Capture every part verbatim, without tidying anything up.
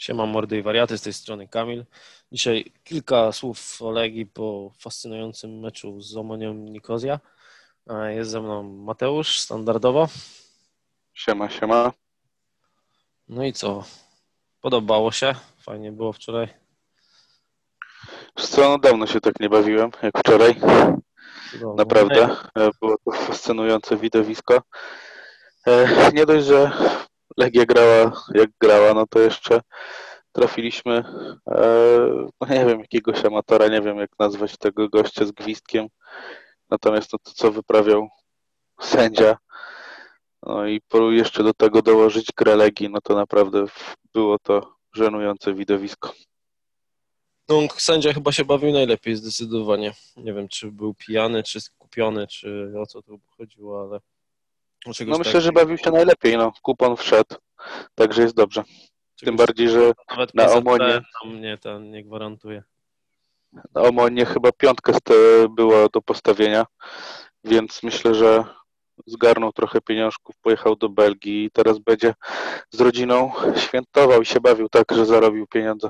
Siema mordy i wariaty, z tej strony Kamil. Dzisiaj kilka słów o Legii po fascynującym meczu z Omonią Nikozja. E, Jest ze mną Mateusz, standardowo. Siema, siema. No i co? Podobało się? Fajnie było wczoraj. Wiesz co, no dawno się tak nie bawiłem jak wczoraj. Cudownie. No Naprawdę. E, Było to fascynujące widowisko. E, Nie dość, że Legia grała jak grała, no to jeszcze trafiliśmy, e, no nie wiem, jakiegoś amatora, nie wiem jak nazwać tego gościa z gwizdkiem. Natomiast no to, co wyprawiał sędzia, no i po- jeszcze do tego dołożyć grę Legii, no to naprawdę było to żenujące widowisko. No, sędzia chyba się bawił najlepiej zdecydowanie. Nie wiem, czy był pijany, czy skupiony, czy o co tu chodziło, ale o No czegoś myślę, że takiego. bawił się najlepiej, no. Kupon wszedł, także jest dobrze. Tym Czegoś bardziej, takiego że to nawet na P Z P Omonie, tam nie, ten nie gwarantuje. na Omonie chyba piątka st- była do postawienia, więc myślę, że zgarnął trochę pieniążków, pojechał do Belgii i teraz będzie z rodziną świętował i się bawił tak, że zarobił pieniądze.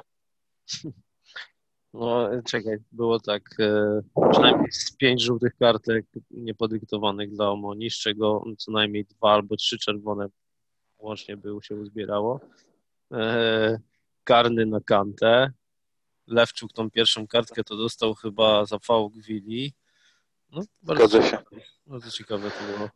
No, czekaj, było tak, e, przynajmniej z pięć żółtych kartek niepodyktowanych dla Omoni, z czego co najmniej dwa albo trzy czerwone łącznie by się uzbierało. E, Karny na Kantę. Lewczuk tą pierwszą kartkę to dostał chyba za faul Gwili. No, bardzo Zgadza się. ciekawe, bardzo ciekawe to było.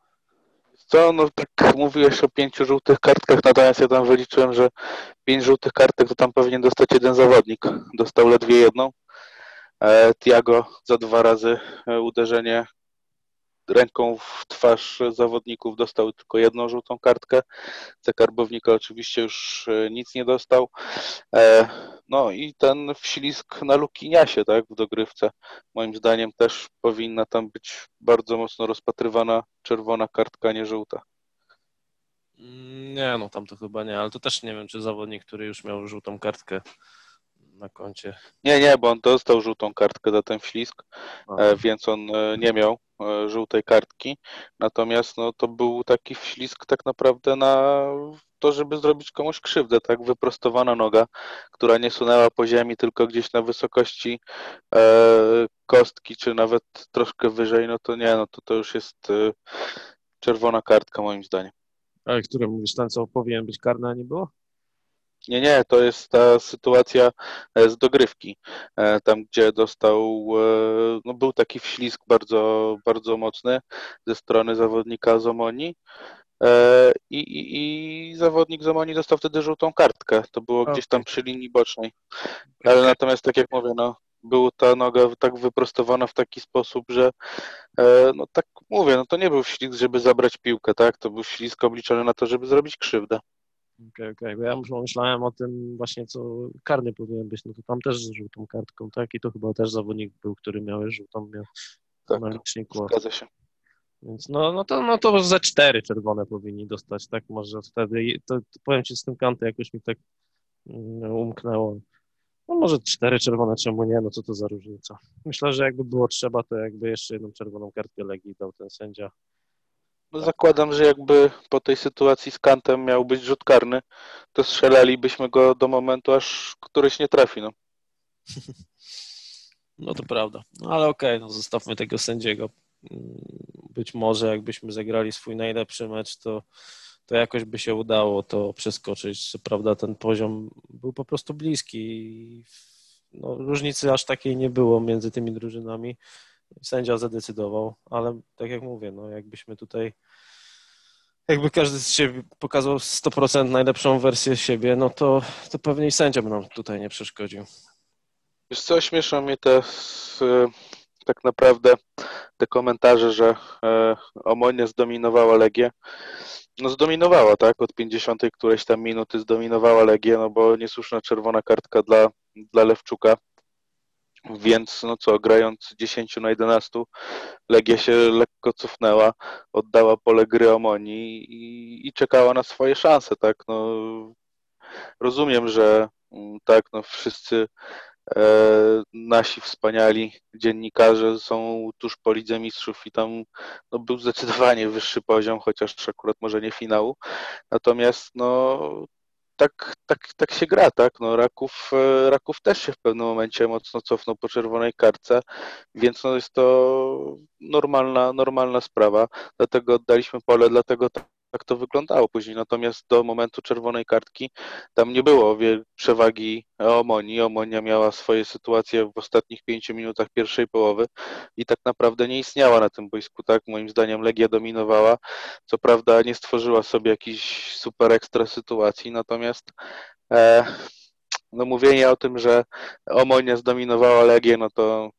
Co, no tak mówiłeś o pięciu żółtych kartkach, natomiast ja tam wyliczyłem, że pięć żółtych kartek to tam powinien dostać jeden zawodnik. Dostał ledwie jedną. E, Tiago za dwa razy e, uderzenie ręką w twarz zawodników dostał tylko jedną żółtą kartkę. Za Karbownika oczywiście już e, nic nie dostał. E, No i ten wślizg na Lukiniasie, tak, w dogrywce. Moim zdaniem też powinna tam być bardzo mocno rozpatrywana czerwona kartka, nie żółta. Mm, Nie, no tam to chyba nie, ale to też nie wiem, czy zawodnik, który już miał żółtą kartkę na koncie. Nie, nie, bo on dostał żółtą kartkę za ten wślizg, A, e, więc on e, nie miał e, żółtej kartki. Natomiast no, to był taki wślizg tak naprawdę na to, żeby zrobić komuś krzywdę, tak? Wyprostowana noga, która nie sunęła po ziemi, tylko gdzieś na wysokości e, kostki, czy nawet troszkę wyżej, no to nie, no to to już jest e, czerwona kartka moim zdaniem. ale które mówisz, ten co powinien być karny, a nie było? Nie, nie, to jest ta sytuacja e, z dogrywki, e, tam gdzie dostał, e, no był taki wślizg bardzo, bardzo mocny ze strony zawodnika z Omonii e, i, i, i zawodnik z Omonii dostał wtedy żółtą kartkę. To było gdzieś Okej, tam przy linii bocznej. okej, Ale okej. natomiast tak jak mówię, no, była ta noga tak wyprostowana w taki sposób, że e, no tak mówię, no to nie był wślizg, żeby zabrać piłkę, tak? To był wślizg obliczony na to, żeby zrobić krzywdę. Okej, okej. Bo ja już myślałem o tym właśnie, co karny powinien być, no to tam też z żółtą kartką, tak? I to chyba też zawodnik był, który miał żółtą, miał Tak, na liczniku. zgadza się. Więc no, no to no to ze cztery czerwone powinni dostać, tak? Może wtedy, i to, to powiem ci z tym kantem jakoś mi tak mm, umknęło. No może cztery czerwone, czemu nie? No co to za różnica? Myślę, że jakby było trzeba, to jakby jeszcze jedną czerwoną kartkę Legii dał ten sędzia. No Tak. zakładam, że jakby po tej sytuacji z Kantem miał być rzut karny, to strzelalibyśmy go do momentu, aż któryś nie trafi. No. No to prawda. No ale okej, no zostawmy tego sędziego. Mm, Być może jakbyśmy zagrali swój najlepszy mecz, to, to jakoś by się udało to przeskoczyć. Co prawda ten poziom był po prostu bliski i no, różnicy aż takiej nie było między tymi drużynami. Sędzia zadecydował, ale tak jak mówię, no jakbyśmy tutaj, jakby każdy z siebie pokazał sto procent najlepszą wersję siebie, no to, to pewnie i sędzia by nam tutaj nie przeszkodził. Wiesz co, śmieszą mnie te s- tak naprawdę te komentarze, że e, Omonia zdominowała Legię. No zdominowała, tak? Od pięćdziesiątej którejś tam minuty zdominowała Legię, no bo niesłuszna czerwona kartka dla, dla Lewczuka. Więc no co, grając dziesięć na jedenaście, Legia się lekko cofnęła, oddała pole gry Omonii i, i czekała na swoje szanse, tak? No, rozumiem, że mm, tak, no wszyscy e, nasi wspaniali dziennikarze są tuż po Lidze Mistrzów i tam no, był zdecydowanie wyższy poziom, chociaż akurat może nie finału. Natomiast no tak, tak, tak się gra, tak? No, Raków, e, Raków też się w pewnym momencie mocno cofnął po czerwonej kartce, więc no jest to normalna, normalna sprawa. Dlatego oddaliśmy pole, dlatego tak, tak to wyglądało później. Natomiast do momentu czerwonej kartki tam nie było wie- przewagi Omonii. Omonia miała swoje sytuacje w ostatnich pięciu minutach pierwszej połowy i tak naprawdę nie istniała na tym boisku, tak? Moim zdaniem Legia dominowała. Co prawda nie stworzyła sobie jakiejś super ekstra sytuacji, natomiast e, no mówienie o tym, że Omonia zdominowała Legię, no to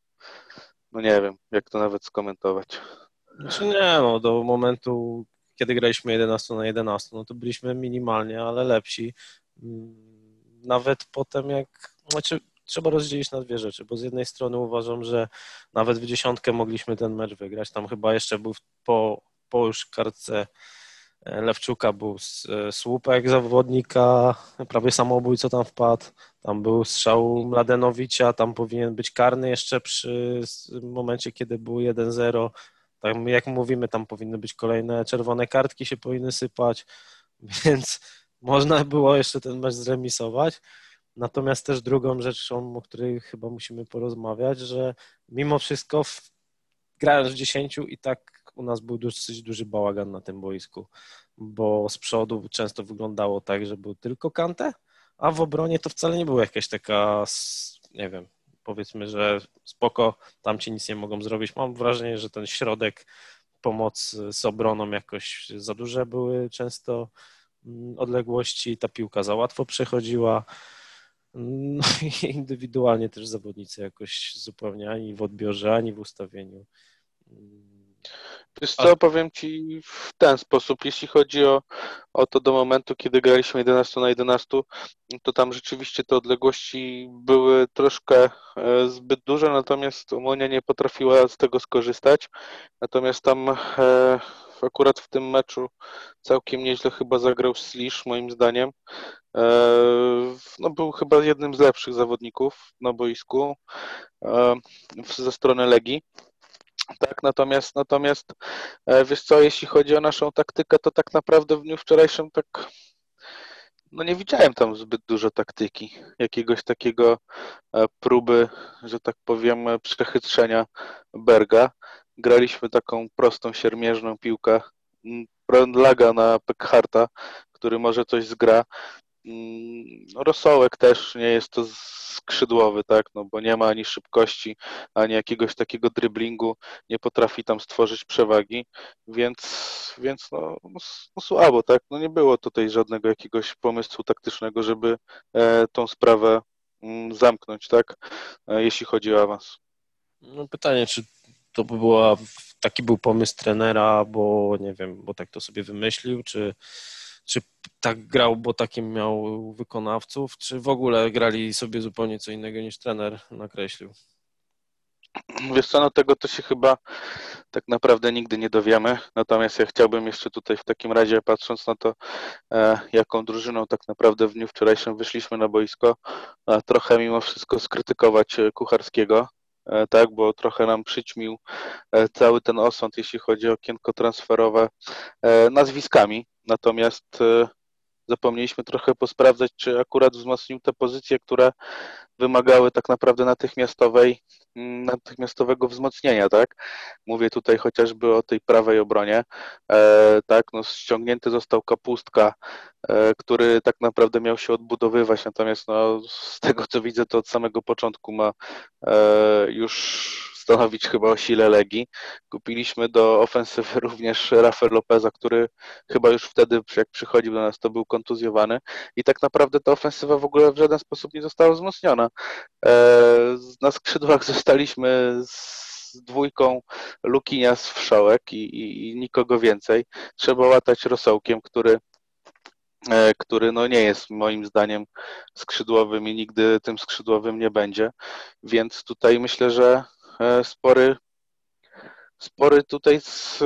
no nie wiem, jak to nawet skomentować. Znaczy nie, no do momentu, kiedy graliśmy jedenaście na jedenaście, no to byliśmy minimalnie, ale lepsi. Mm, Nawet potem jak, znaczy trzeba rozdzielić na dwie rzeczy, bo z jednej strony uważam, że nawet w dziesiątkę mogliśmy ten mecz wygrać. Tam chyba jeszcze był w- po, po już kartce e, Lewczuka był s- e, słupek zawodnika, prawie samobój, co tam wpadł. Tam był strzał Mladenowicza, tam powinien być karny jeszcze przy s- momencie, kiedy był jeden zero. Tak jak mówimy, tam powinny być kolejne czerwone kartki się powinny sypać, więc można było jeszcze ten mecz zremisować. Natomiast też drugą rzeczą, o której chyba musimy porozmawiać, że mimo wszystko w, grając w dziesięciu i tak u nas był dosyć duży bałagan na tym boisku, bo z przodu często wyglądało tak, że był tylko Kante, a w obronie to wcale nie była jakaś taka, s- nie wiem, powiedzmy, że spoko, tam ci nic nie mogą zrobić. Mam wrażenie, że ten środek, pomoc z obroną jakoś za duże były często mm, odległości, ta piłka za łatwo przechodziła. No i indywidualnie też zawodnicy jakoś zupełnie ani w odbiorze, ani w ustawieniu. Mm, Wiesz A, co, powiem Ci w ten sposób, jeśli chodzi o, o to do momentu, kiedy graliśmy jedenaście na jedenaście, to tam rzeczywiście te odległości były troszkę e, zbyt duże, natomiast Omonia nie potrafiła z tego skorzystać. Natomiast tam e, akurat w tym meczu całkiem nieźle chyba zagrał Slisz, moim zdaniem. E, no, był chyba jednym z lepszych zawodników na boisku e, ze strony Legii. Tak, natomiast, natomiast e, wiesz co, jeśli chodzi o naszą taktykę, to tak naprawdę w dniu wczorajszym tak, no nie widziałem tam zbyt dużo taktyki, jakiegoś takiego e, próby, że tak powiem, e, przechytrzenia Berga. Graliśmy taką prostą, siermierzną piłkę. Mm, Laga na Pekharta, który może coś zgra. Mm, Rosołek też nie jest to skrzydłowy, tak, no bo nie ma ani szybkości, ani jakiegoś takiego driblingu, nie potrafi tam stworzyć przewagi, więc, więc no, no, s- no słabo, tak, no nie było tutaj żadnego jakiegoś pomysłu taktycznego, żeby e, tą sprawę mm, zamknąć, tak, e, jeśli chodzi o awans. no pytanie, czy to by była, taki był pomysł trenera, bo nie wiem, bo tak to sobie wymyślił, czy, czy tak grał, bo takim miał wykonawców, czy w ogóle grali sobie zupełnie co innego niż trener nakreślił. Wiesz co, no tego to się chyba tak naprawdę nigdy nie dowiemy. Natomiast ja chciałbym jeszcze tutaj w takim razie, patrząc na to, e, jaką drużyną tak naprawdę w dniu wczorajszym wyszliśmy na boisko, e, trochę mimo wszystko skrytykować e, Kucharskiego, e, tak, bo trochę nam przyćmił e, cały ten osąd, jeśli chodzi o okienko transferowe e, nazwiskami. Natomiast e, zapomnieliśmy trochę posprawdzać, czy akurat wzmocnił te pozycje, które wymagały tak naprawdę natychmiastowej, mm, natychmiastowego wzmocnienia, tak? Mówię tutaj chociażby o tej prawej obronie, e, tak, no ściągnięty został Kapustka, e, który tak naprawdę miał się odbudowywać, natomiast no, z tego co widzę, to od samego początku ma e, już stanowić chyba o sile Legii. Kupiliśmy do ofensywy również Rafael Lopeza, który chyba już wtedy, jak przychodził do nas, to był kontuzjowany i tak naprawdę ta ofensywa w ogóle w żaden sposób nie została wzmocniona. E, Na skrzydłach zostaliśmy z dwójką Lukinias Wszołek i, i, i nikogo więcej. Trzeba łatać Rosołkiem, który, e, który no nie jest moim zdaniem skrzydłowym i nigdy tym skrzydłowym nie będzie. Więc tutaj myślę, że e, spory, spory tutaj s-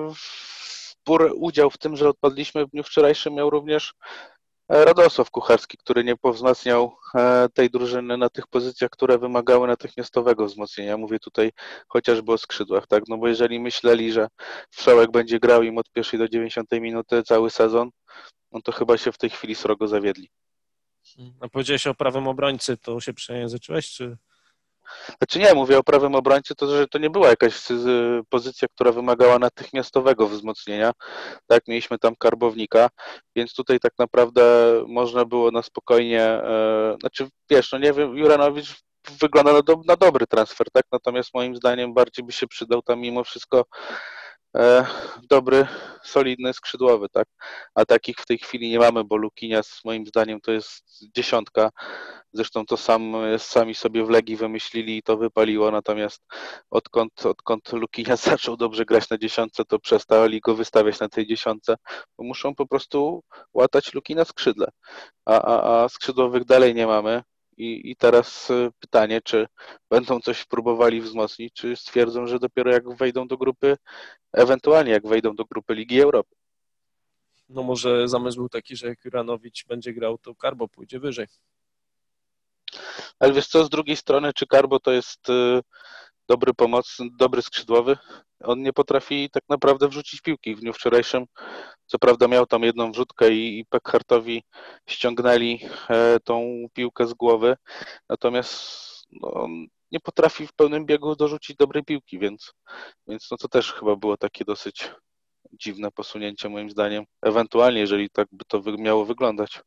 spory udział w tym, że odpadliśmy w dniu wczorajszym miał również Radosław Kucharski, który nie powzmacniał e, tej drużyny na tych pozycjach, które wymagały natychmiastowego wzmocnienia. Mówię tutaj chociażby o skrzydłach, tak? No bo jeżeli myśleli, że Wszołek będzie grał im od pierwszej do dziewięćdziesiątej minuty cały sezon, no to chyba się w tej chwili srogo zawiedli. A powiedziałeś o prawym obrońcy, to się przejęzyczyłeś, czy... Znaczy nie, mówię o prawym obrońcy, to że to nie była jakaś y, pozycja, która wymagała natychmiastowego wzmocnienia. Tak, mieliśmy tam karbownika, więc tutaj tak naprawdę można było na spokojnie, e, znaczy wiesz, no nie wiem, Juranowicz wygląda na, do, na dobry transfer, tak, natomiast moim zdaniem bardziej by się przydał tam mimo wszystko e, dobry, solidny skrzydłowy, tak, a takich w tej chwili nie mamy, bo Lukinias moim zdaniem to jest dziesiątka. Zresztą to sam, sami sobie w Legii wymyślili i to wypaliło, natomiast odkąd, odkąd Lukinias zaczął dobrze grać na dziesiątce, to przestali go wystawiać na tej dziesiątce, bo muszą po prostu łatać luki na skrzydle, a, a, a skrzydłowych dalej nie mamy. I, I teraz y, pytanie, czy będą coś próbowali wzmocnić, czy stwierdzą, że dopiero jak wejdą do grupy, ewentualnie jak wejdą do grupy Ligi Europy. No może zamysł był taki, że jak Juranowicz będzie grał, to Karbo pójdzie wyżej. Ale wiesz co, z drugiej strony, czy Karbo to jest y, dobry pomocny, dobry skrzydłowy? On nie potrafi tak naprawdę wrzucić piłki. W dniu wczorajszym, co prawda miał tam jedną wrzutkę i, i Peckhartowi ściągnęli e, tą piłkę z głowy, natomiast no, on nie potrafi w pełnym biegu dorzucić dobrej piłki, więc, więc no to też chyba było takie dosyć dziwne posunięcie moim zdaniem. Ewentualnie, jeżeli tak by to wy, miało wyglądać.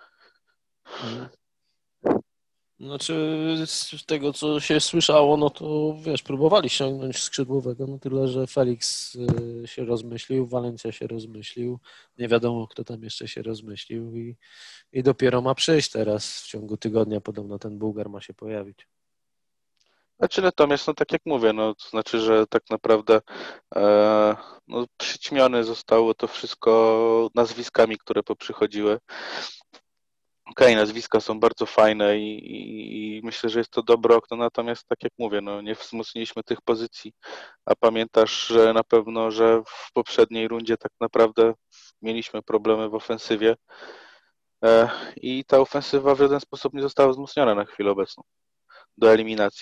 Mhm. Znaczy, z tego co się słyszało, no to wiesz, próbowali ściągnąć skrzydłowego, no tyle, że Felix y, się rozmyślił, Valencia się rozmyślił, nie wiadomo kto tam jeszcze się rozmyślił i, i dopiero ma przyjść teraz, w ciągu tygodnia podobno ten Bułgar ma się pojawić. Znaczy natomiast, no tak jak mówię, no to znaczy, że tak naprawdę e, no, przyćmione zostało to wszystko nazwiskami, które poprzychodziły. Okej, okay, nazwiska są bardzo fajne i, i, i myślę, że jest to dobre okno, natomiast tak jak mówię, no nie wzmocniliśmy tych pozycji, a pamiętasz, że na pewno, że w poprzedniej rundzie tak naprawdę mieliśmy problemy w ofensywie e, i ta ofensywa w żaden sposób nie została wzmocniona na chwilę obecną do eliminacji.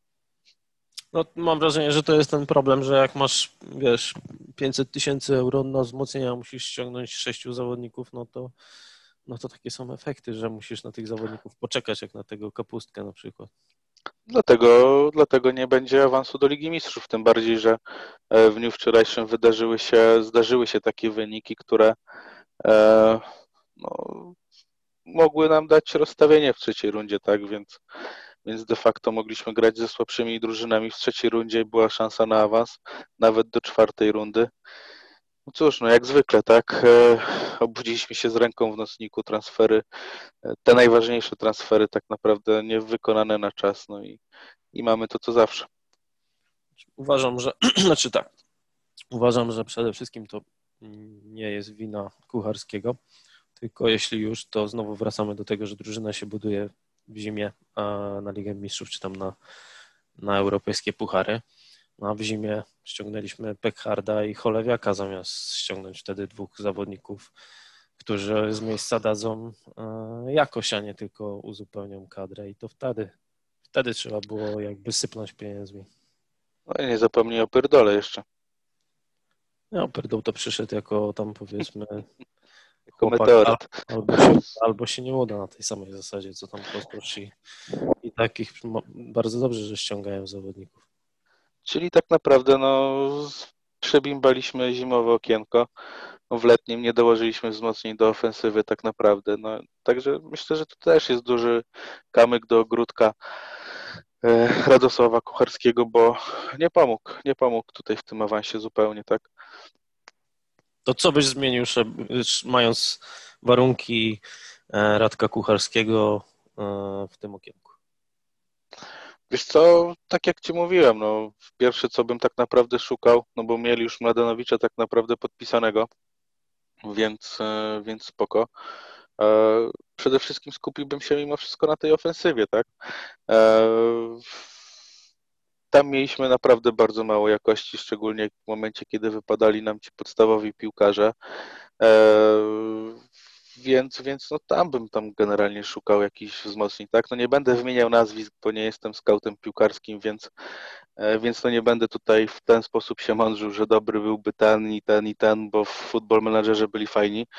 No, mam wrażenie, że to jest ten problem, że jak masz, wiesz, pięćset tysięcy euro na wzmocnienia, musisz ściągnąć sześciu zawodników, no to, no to takie są efekty, że musisz na tych zawodników poczekać, jak na tego Kapustkę na przykład. Dlatego, dlatego nie będzie awansu do Ligi Mistrzów, tym bardziej, że e, w dniu wczorajszym wydarzyły się, zdarzyły się takie wyniki, które e, no, mogły nam dać rozstawienie w trzeciej rundzie, tak, więc, więc de facto mogliśmy grać ze słabszymi drużynami w trzeciej rundzie i była szansa na awans, nawet do czwartej rundy. No cóż, no jak zwykle, tak, e, obudziliśmy się z ręką w nocniku, transfery, e, te najważniejsze transfery tak naprawdę nie wykonane na czas, no i, i mamy to co zawsze. Uważam, że, znaczy tak, uważam, że przede wszystkim to nie jest wina Kucharskiego, tylko jeśli już, to znowu wracamy do tego, że drużyna się buduje w zimie na Ligę Mistrzów, czy tam na, na europejskie puchary. A w zimie ściągnęliśmy Peckharda i Cholewiaka zamiast ściągnąć wtedy dwóch zawodników, którzy z miejsca dadzą jakość, a nie tylko uzupełnią kadrę i to wtedy, wtedy trzeba było jakby sypnąć pieniędzmi. No i nie zapomnij o Pyrdole jeszcze. No, Pierdół to przyszedł jako tam powiedzmy Jako chłopak meteoryt. albo się, albo się nie uda na tej samej zasadzie, co tam Kostosz i, i takich bardzo dobrze, że ściągają zawodników. Czyli tak naprawdę no, przebimbaliśmy zimowe okienko. W letnim nie dołożyliśmy wzmocnień do ofensywy tak naprawdę. No, także myślę, że to też jest duży kamyk do ogródka e, Radosława Kucharskiego, bo nie pomógł, nie pomógł tutaj w tym awansie zupełnie, tak? To co byś zmienił, żeby, mając warunki e, Radka Kucharskiego e, w tym okienku? Wiesz co, tak jak ci mówiłem, no pierwsze co bym tak naprawdę szukał, no bo mieli już Mladenowicza tak naprawdę podpisanego, więc, e, więc spoko. E, Przede wszystkim skupiłbym się mimo wszystko na tej ofensywie, tak? E, Tam mieliśmy naprawdę bardzo mało jakości, szczególnie w momencie, kiedy wypadali nam ci podstawowi piłkarze. E, Więc, więc no tam bym tam generalnie szukał jakichś wzmocnień, tak? No nie będę wymieniał nazwisk, bo nie jestem skautem piłkarskim, więc, e, więc no nie będę tutaj w ten sposób się mądrzył, że dobry byłby ten i ten i ten, bo w Football Managerze byli fajni.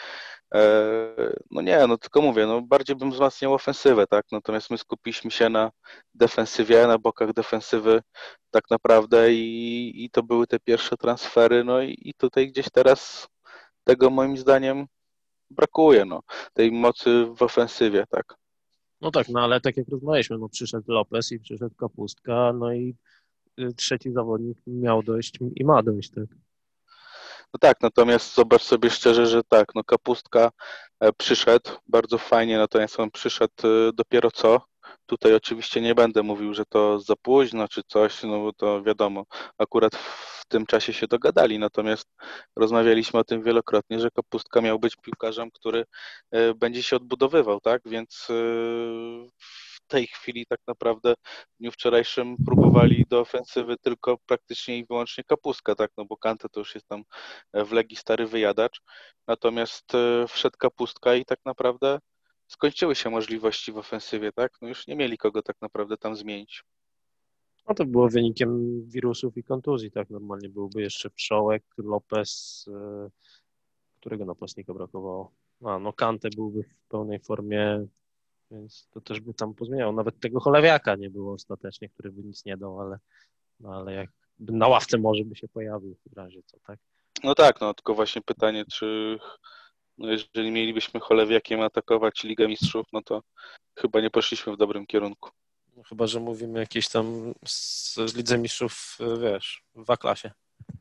No nie, no tylko mówię, no bardziej bym wzmacniał ofensywę, tak? Natomiast my skupiliśmy się na defensywie, na bokach defensywy tak naprawdę i, i to były te pierwsze transfery, no i, i tutaj gdzieś teraz tego moim zdaniem brakuje, no, tej mocy w ofensywie, tak. No tak, no ale tak jak rozmawialiśmy, no przyszedł Lopez i przyszedł Kapustka, no i y, trzeci zawodnik miał dojść i ma dojść, tak. No tak, natomiast zobacz sobie szczerze, że tak, no Kapustka e, przyszedł, bardzo fajnie, natomiast on przyszedł e, dopiero co. Tutaj oczywiście nie będę mówił, że to za późno czy coś, no bo to wiadomo, akurat w tym czasie się dogadali, natomiast rozmawialiśmy o tym wielokrotnie, że Kapustka miał być piłkarzem, który e, będzie się odbudowywał, tak? Więc e, w tej chwili tak naprawdę w dniu wczorajszym próbowali do ofensywy tylko praktycznie i wyłącznie Kapustka, tak? No bo Kante to już jest tam w Legii stary wyjadacz, natomiast e, wszedł Kapustka i tak naprawdę skończyły się możliwości w ofensywie, tak? No już nie mieli kogo tak naprawdę tam zmienić. No to było wynikiem wirusów i kontuzji, tak. Normalnie byłby jeszcze Wszołek, Lopez, y, którego napastnika brakowało. A, no Kante byłby w pełnej formie, więc to też by tam pozmieniało. Nawet tego Cholewiaka nie było ostatecznie, który by nic nie dał, ale, no ale jak na ławce może by się pojawił w razie co, tak? No tak, no tylko właśnie pytanie, czy no jeżeli mielibyśmy Cholewiakiem atakować Ligę Mistrzów, no to chyba nie poszliśmy w dobrym kierunku. No, chyba, że mówimy jakieś tam z, z Lidze Mistrzów, y, wiesz, w A-klasie.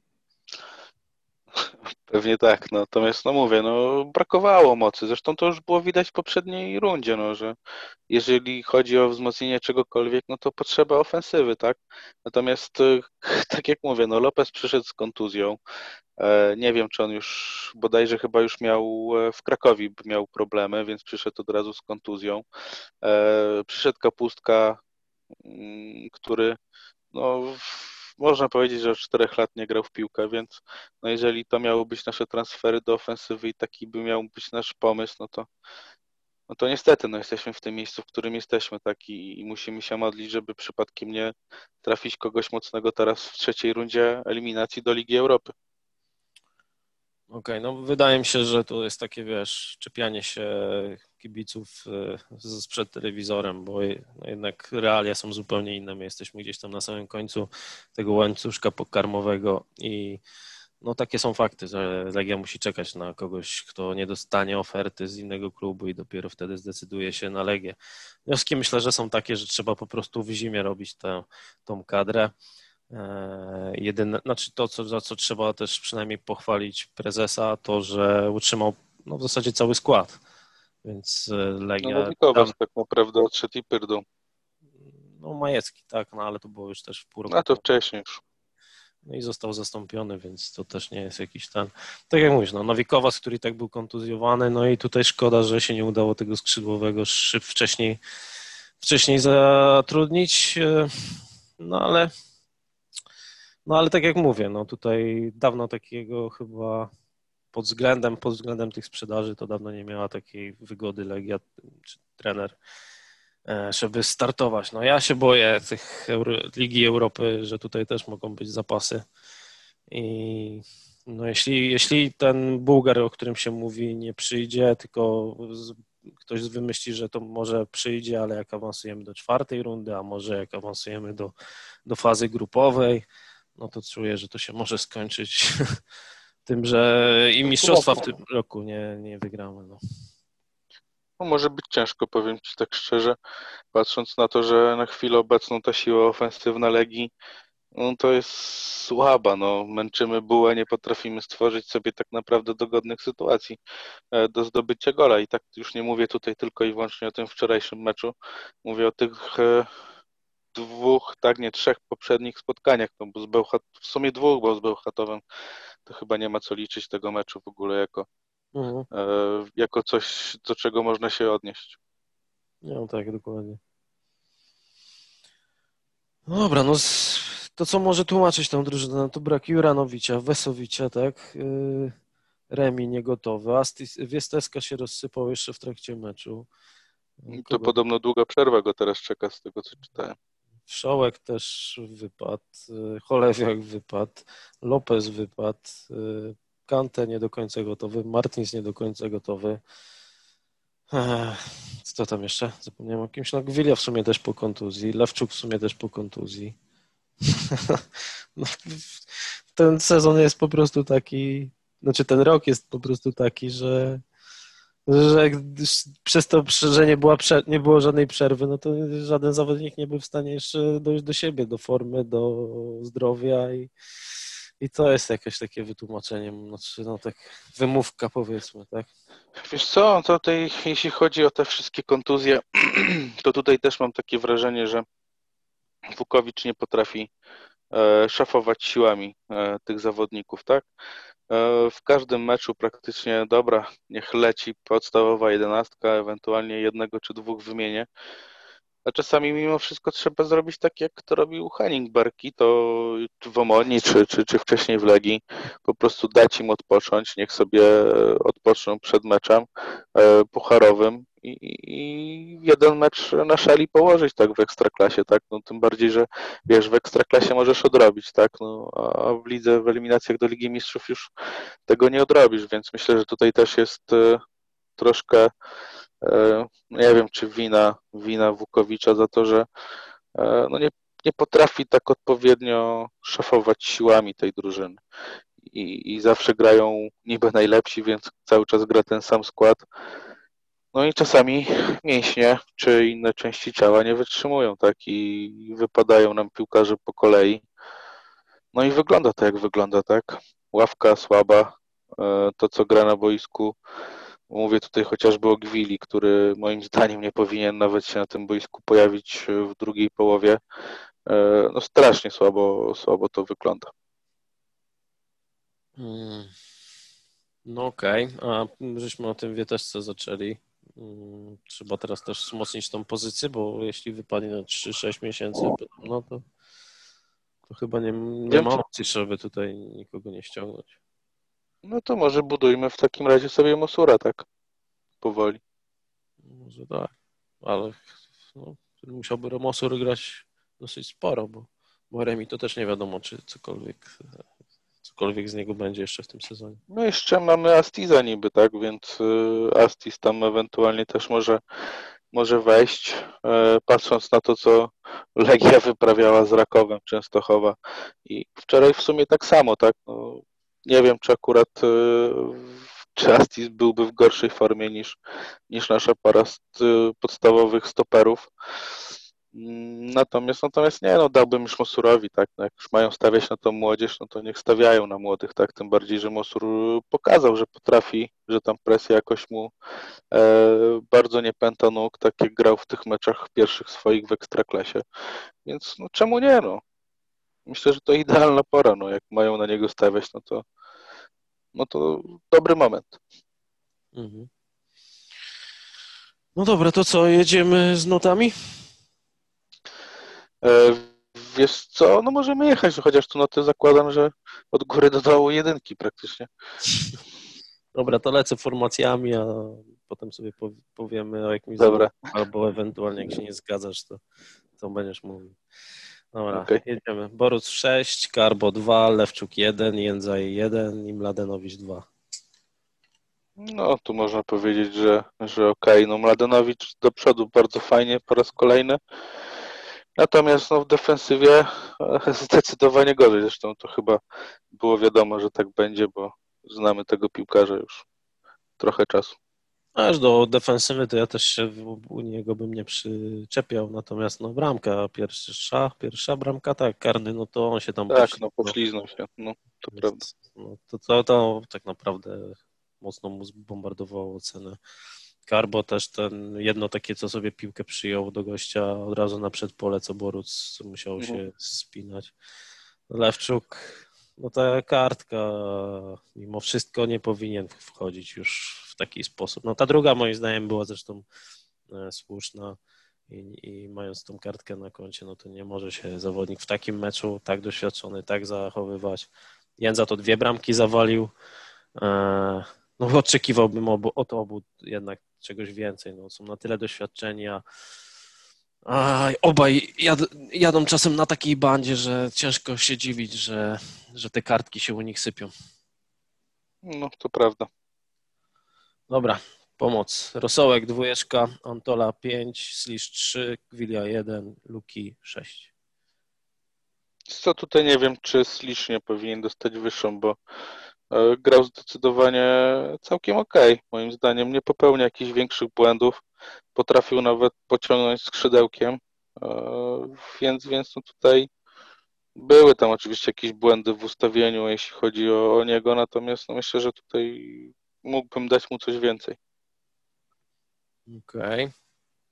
Pewnie tak, no. Natomiast no mówię, no brakowało mocy. Zresztą to już było widać w poprzedniej rundzie, no, że jeżeli chodzi o wzmocnienie czegokolwiek, no to potrzeba ofensywy, tak? Natomiast y, tak jak mówię, no Lopez przyszedł z kontuzją. E, Nie wiem, czy on już bodajże chyba już miał e, w Krakowie miał problemy, więc przyszedł od razu z kontuzją. E, Przyszedł Kapustka, mm, który no, w- można powiedzieć, że od czterech lat nie grał w piłkę, więc no jeżeli to miały być nasze transfery do ofensywy i taki by miał być nasz pomysł, no to, no to niestety no jesteśmy w tym miejscu, w którym jesteśmy, tak, i, i musimy się modlić, żeby przypadkiem nie trafić kogoś mocnego teraz w trzeciej rundzie eliminacji do Ligi Europy. Okej, no wydaje mi się, że to jest takie, wiesz, czepianie się kibiców y, z- przed telewizorem, bo je- no jednak realia są zupełnie inne. My jesteśmy gdzieś tam na samym końcu tego łańcuszka pokarmowego i no takie są fakty, że Legia musi czekać na kogoś, kto nie dostanie oferty z innego klubu i dopiero wtedy zdecyduje się na Legię. Wnioski myślę, że są takie, że trzeba po prostu w zimie robić tę, tą kadrę. E, Jedyne, znaczy to, co, za co trzeba też przynajmniej pochwalić prezesa, to, że utrzymał no, w zasadzie cały skład, więc e, No Legia, Nowikowas dawno, tak naprawdę odszedł i pyrdą. no Majecki, tak, no ale to było już też w pół roku A to temu. wcześniej już. No i został zastąpiony, więc to też nie jest jakiś ten. Tak jak mówisz, no Nowikowas, który i tak był kontuzjowany, no i tutaj szkoda, że się nie udało tego skrzydłowego szyb wcześniej, wcześniej zatrudnić. e, No ale, no ale tak jak mówię, no tutaj dawno takiego chyba pod względem, pod względem tych sprzedaży to dawno nie miała takiej wygody Legia czy trener, e, żeby startować. No ja się boję tych Euro, Ligi Europy, że tutaj też mogą być zapasy. I no jeśli, jeśli ten Bułgar, o którym się mówi, nie przyjdzie, tylko z, ktoś wymyśli, że to może przyjdzie, ale jak awansujemy do czwartej rundy, a może jak awansujemy do, do fazy grupowej, no to czuję, że to się może skończyć tym, że i mistrzostwa w tym roku nie, nie wygramy. No. No, może być ciężko, powiem Ci tak szczerze, patrząc na to, że na chwilę obecną ta siła ofensywna Legii, no to jest słaba, no. Męczymy bułę, nie potrafimy stworzyć sobie tak naprawdę dogodnych sytuacji e, do zdobycia gola. I tak już nie mówię tutaj tylko i wyłącznie o tym wczorajszym meczu, mówię o tych e, dwóch, tak nie, trzech poprzednich spotkaniach, no bo z Bełchat, w sumie dwóch, bo z Bełchatowem to chyba nie ma co liczyć tego meczu w ogóle jako, Mhm. e, jako coś, do czego można się odnieść. No tak, dokładnie. No dobra, no z, to co może tłumaczyć tą drużynę? No to brak Juranowicza, Wesowicza, tak? Yy, Remi niegotowy, Astis, Wiesteska się rozsypał jeszcze w trakcie meczu. Yy, To Kogo? podobno długa przerwa go teraz czeka z tego, co czytałem. Wszołek też wypadł, yy, Cholewiak wypadł, Lopez wypadł, yy, Kante nie do końca gotowy, Martins nie do końca gotowy. Ech, co tam jeszcze? Zapomniałem o kimś. No Gwilio w sumie też po kontuzji, Lewczuk w sumie też po kontuzji. No, ten sezon jest po prostu taki, znaczy ten rok jest po prostu taki, że, że przez to, że nie, była, nie było żadnej przerwy, no to żaden zawodnik nie był w stanie jeszcze dojść do siebie, do formy, do zdrowia i, i to jest jakieś takie wytłumaczenie, znaczy no tak wymówka powiedzmy, tak? Wiesz co, to tutaj, jeśli chodzi o te wszystkie kontuzje, to tutaj też mam takie wrażenie, że Wukowicz nie potrafi e, szafować siłami e, tych zawodników, tak? E, w każdym meczu praktycznie, dobra, niech leci podstawowa jedenastka, ewentualnie jednego czy dwóch wymienię. A czasami mimo wszystko trzeba zrobić tak, jak to robił Henningberg i to w Omonii, czy, czy, czy wcześniej w Legii. Po prostu dać im odpocząć, niech sobie odpoczną przed meczem e, pucharowym i, i jeden mecz na szali położyć tak w Ekstraklasie, tak? No, tym bardziej, że wiesz, w Ekstraklasie możesz odrobić, tak? No, a w lidze, w eliminacjach do Ligi Mistrzów już tego nie odrobisz, więc myślę, że tutaj też jest e, troszkę E, nie wiem, czy wina, wina Wukowicza za to, że e, no nie, nie potrafi tak odpowiednio szafować siłami tej drużyny. I, I zawsze grają niby najlepsi, więc cały czas gra ten sam skład. No i czasami mięśnie czy inne części ciała nie wytrzymują, tak? I wypadają nam piłkarze po kolei. No i wygląda to, jak wygląda, tak? Ławka słaba, e, to co gra na boisku. Mówię tutaj chociażby o Gwili, który moim zdaniem nie powinien nawet się na tym boisku pojawić w drugiej połowie. E, No strasznie słabo, słabo to wygląda. Hmm. No okej, okay. A żeśmy o tym wieteszce zaczęli. Hmm. Trzeba teraz też wzmocnić tą pozycję, bo jeśli wypadnie na trzy sześć miesięcy, no to, to chyba nie, nie Wiem, ma co, opcji, żeby tutaj nikogo nie ściągnąć. no to może budujmy w takim razie sobie Mosura, tak? Powoli. Może tak, ale no, musiałby Romosur grać dosyć sporo, bo, bo Remi to też nie wiadomo, czy cokolwiek, cokolwiek z niego będzie jeszcze w tym sezonie. No jeszcze mamy Astiza niby, tak? Więc y, Astis tam ewentualnie też może, może wejść. E, patrząc na to, co Legia wyprawiała z Rakowem Częstochowa. I wczoraj w sumie tak samo, tak? No, nie wiem, czy akurat y, czy Astis byłby w gorszej formie niż, niż nasza para st- podstawowych stoperów. Mm, Natomiast, natomiast nie, no dałbym już Mosurowi, tak, no jak już mają stawiać na tą młodzież, no to niech stawiają na młodych, tak, tym bardziej, że Mosur pokazał, że potrafi, że tam presja jakoś mu e, bardzo nie pęta nóg, tak jak grał w tych meczach pierwszych swoich w Ekstraklasie, więc no czemu nie, no. Myślę, że to idealna pora, no, jak mają na niego stawiać, no to no to dobry moment. Mhm. No dobra, to co, jedziemy z notami? E, Wiesz co, no możemy jechać, no chociaż tu noty zakładam, że od góry do dołu jedynki praktycznie. Dobra, to lecę formacjami, a potem sobie powiemy o jakimś Dobra, zawodniku, albo ewentualnie jak się nie zgadzasz, to, to będziesz mówił. Dobra, okej. jedziemy. Boruc sześć, Karbo dwa, Lewczuk jeden, Jędzaj jeden i Mladenowicz dwa. No, tu można powiedzieć, że, że okej. No, Mladenowicz do przodu bardzo fajnie po raz kolejny. Natomiast no, w defensywie e, zdecydowanie gorzej. Zresztą to chyba było wiadomo, że tak będzie, bo znamy tego piłkarza już trochę czasu. Aż do defensywy to ja też się w- u niego bym nie przyczepiał, natomiast no bramka pierwsza, pierwsza bramka, tak, karny, no to on się tam Tak, no poślizgnął. pośliznął się, no to prawda. Jest, no, to, to, to tak naprawdę mocno mu zbombardowało ocenę. Karbo też ten, jedno takie, co sobie piłkę przyjął do gościa od razu na przedpole, co Boruc co musiał Mhm. się spinać. Lewczuk, no ta kartka mimo wszystko nie powinien wchodzić już w taki sposób. No ta druga moim zdaniem była zresztą e, słuszna i, i mając tą kartkę na koncie, no to nie może się zawodnik w takim meczu tak doświadczony, tak zachowywać. Jędza to dwie bramki zawalił. E, No oczekiwałbym obu, od obu jednak czegoś więcej. No, są na tyle doświadczeni, a, a obaj jad, jadą czasem na takiej bandzie, że ciężko się dziwić, że, że te kartki się u nich sypią. No, to prawda. Dobra, pomoc. Rosołek dwójeczka, Antola pięć, Slisz trzy, Gwilia jeden, Luki sześć. Co tutaj nie wiem, czy Slisz nie powinien dostać wyższą, bo e, grał zdecydowanie całkiem okej. Moim zdaniem nie popełnia jakichś większych błędów. Potrafił nawet pociągnąć skrzydełkiem, e, więc, więc no tutaj były tam oczywiście jakieś błędy w ustawieniu, jeśli chodzi o, o niego, natomiast no myślę, że tutaj mógłbym dać mu coś więcej. Okej. Okay.